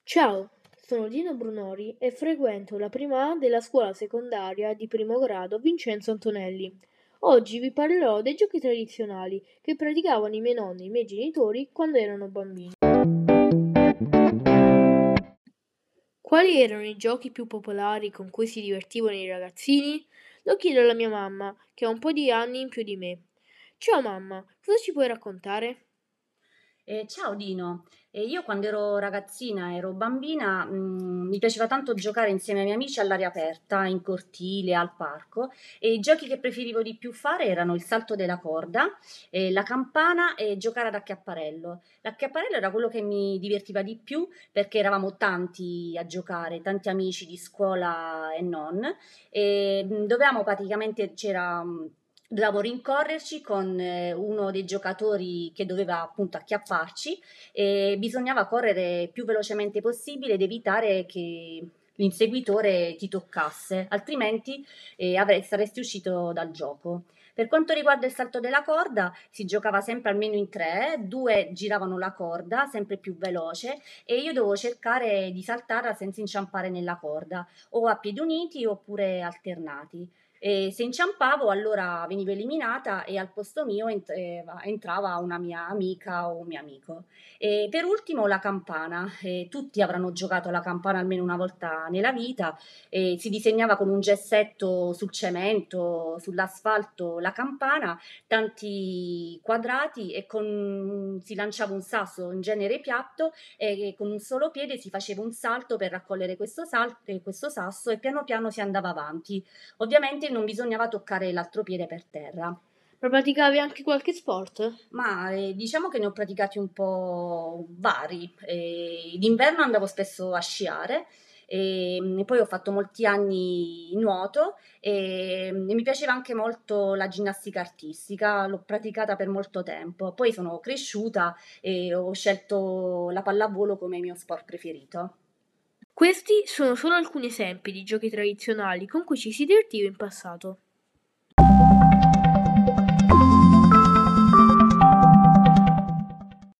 Ciao, sono Dino Brunori e frequento la prima A della scuola secondaria di primo grado Vincenzo Antonelli. Oggi vi parlerò dei giochi tradizionali che praticavano i miei nonni e i miei genitori quando erano bambini. Quali erano i giochi più popolari con cui si divertivano i ragazzini? Lo chiedo alla mia mamma, che ha un po' di anni in più di me. Ciao mamma, cosa ci puoi raccontare? Ciao Dino. Io quando ero ragazzina, ero bambina, mi piaceva tanto giocare insieme ai miei amici all'aria aperta, in cortile, al parco, e i giochi che preferivo di più fare erano il salto della corda, la campana e giocare ad acchiapparello. L'acchiapparello era quello che mi divertiva di più perché eravamo tanti a giocare, tanti amici di scuola e non, e dovevamo praticamente dovevamo rincorrerci con uno dei giocatori che doveva appunto acchiapparci e bisognava correre più velocemente possibile ed evitare che l'inseguitore ti toccasse, altrimenti saresti uscito dal gioco. Per quanto riguarda il salto della corda, si giocava sempre almeno in tre, due giravano la corda sempre più veloce e io dovevo cercare di saltarla senza inciampare nella corda, o a piedi uniti oppure alternati. E se inciampavo, allora venivo eliminata e al posto mio entrava una mia amica o un mio amico. E per ultimo la campana. Tutti avranno giocato alla campana almeno una volta nella vita. Si disegnava con un gessetto sul cemento, sull'asfalto la campana, tanti quadrati e si lanciava un sasso in genere piatto e con un solo piede si faceva un salto per raccogliere questo sasso e piano piano si andava avanti. Ovviamente non bisognava toccare l'altro piede per terra. Ma praticavi anche qualche sport? Ma diciamo che ne ho praticati un po' vari. D'inverno andavo spesso a sciare e poi ho fatto molti anni nuoto e mi piaceva anche molto la ginnastica artistica, l'ho praticata per molto tempo. Poi sono cresciuta e ho scelto la pallavolo come mio sport preferito. Questi sono solo alcuni esempi di giochi tradizionali con cui ci si divertiva in passato.